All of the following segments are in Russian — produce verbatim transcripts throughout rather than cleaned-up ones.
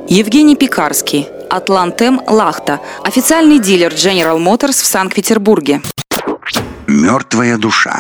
Евгений Пекарский, Атлантем Лахта, официальный дилер General Motors в Санкт-Петербурге. Мертвая душа.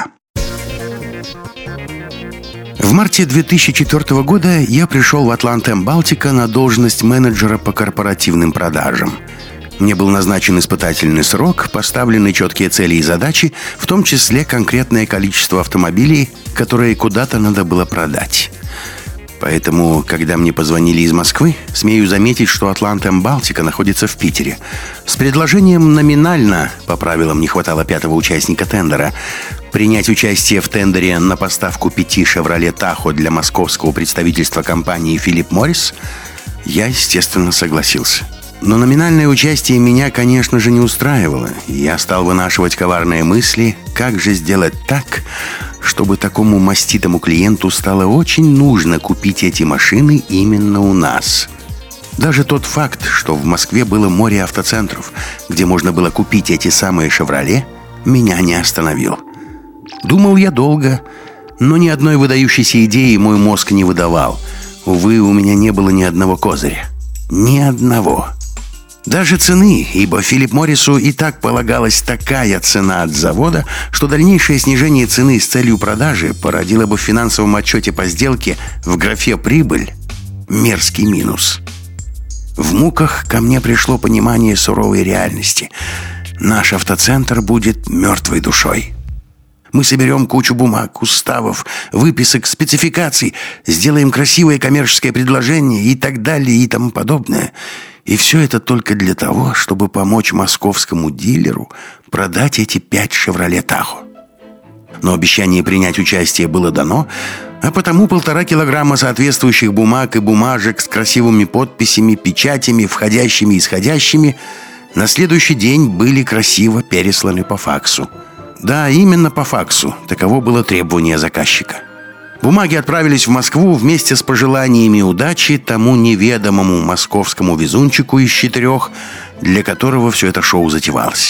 В марте две тысячи четвёртого года я пришел в Атлантем Балтика на должность менеджера по корпоративным продажам. Мне был назначен испытательный срок, поставлены четкие цели и задачи, в том числе конкретное количество автомобилей, которые куда-то надо было продать. Поэтому, когда мне позвонили из Москвы, смею заметить, что Атлантем Балтика находится в Питере. С предложением номинально, по правилам не хватало пятого участника тендера, принять участие в тендере на поставку пяти «Шевроле Тахо» для московского представительства компании «Филипп Моррис», я, естественно, согласился. Но номинальное участие меня, конечно же, не устраивало. Я стал вынашивать коварные мысли, как же сделать так, чтобы такому маститому клиенту стало очень нужно купить эти машины именно у нас. Даже тот факт, что в Москве было море автоцентров, где можно было купить эти самые «Шевроле», меня не остановил. Думал я долго, но ни одной выдающейся идеи мой мозг не выдавал. Увы, у меня не было ни одного козыря. Ни одного. Даже цены, ибо Филипп Моррису и так полагалась такая цена от завода, что дальнейшее снижение цены с целью продажи породило бы в финансовом отчете по сделке в графе «Прибыль» мерзкий минус. В муках ко мне пришло понимание суровой реальности. Наш автоцентр будет мертвой душой. Мы соберем кучу бумаг, уставов, выписок, спецификаций, сделаем красивое коммерческое предложение и так далее и тому подобное. И все это только для того, чтобы помочь московскому дилеру продать эти пять «Шевроле Тахо». Но обещание принять участие было дано, а потому полтора килограмма соответствующих бумаг и бумажек с красивыми подписями, печатями, входящими и исходящими, на следующий день были красиво пересланы по факсу. Да, именно по факсу. Таково было требование заказчика. Бумаги отправились в Москву вместе с пожеланиями удачи тому неведомому московскому везунчику из четырех, для которого все это шоу затевалось.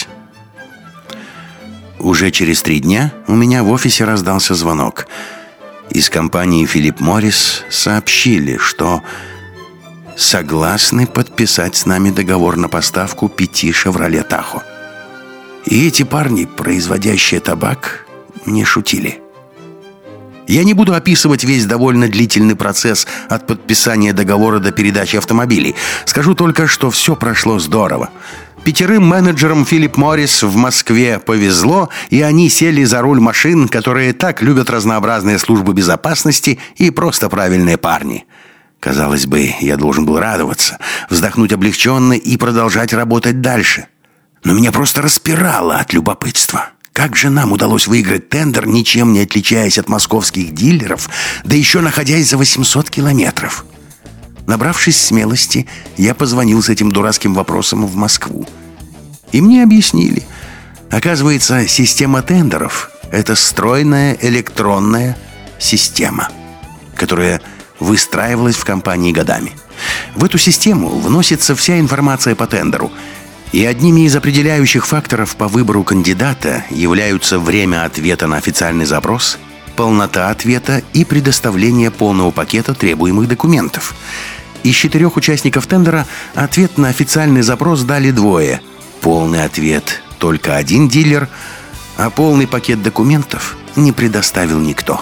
Уже через три дня у меня в офисе раздался звонок. Из компании «Филипп Моррис» сообщили, что согласны подписать с нами договор на поставку пяти «Шевроле Тахо». И эти парни, производящие табак, не шутили. Я не буду описывать весь довольно длительный процесс от подписания договора до передачи автомобилей. Скажу только, что все прошло здорово. Пятерым менеджерам «Филипп Моррис» в Москве повезло, и они сели за руль машин, которые так любят разнообразные службы безопасности и просто правильные парни. Казалось бы, я должен был радоваться, вздохнуть облегченно и продолжать работать дальше. Но меня просто распирало от любопытства. Как же нам удалось выиграть тендер, ничем не отличаясь от московских дилеров, да еще находясь за восемьсот километров? Набравшись смелости, я позвонил с этим дурацким вопросом в Москву. И мне объяснили. Оказывается, система тендеров – это стройная электронная система, которая выстраивалась в компании годами. В эту систему вносится вся информация по тендеру. И одними из определяющих факторов по выбору кандидата являются время ответа на официальный запрос, полнота ответа и предоставление полного пакета требуемых документов. Из четырех участников тендера ответ на официальный запрос дали двое. Полный ответ только один дилер, а полный пакет документов не предоставил никто.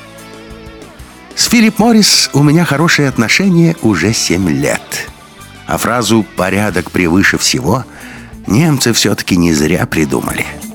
С «Филипп Моррис» у меня хорошие отношения уже семь лет. А фразу «порядок превыше всего» немцы все-таки не зря придумали.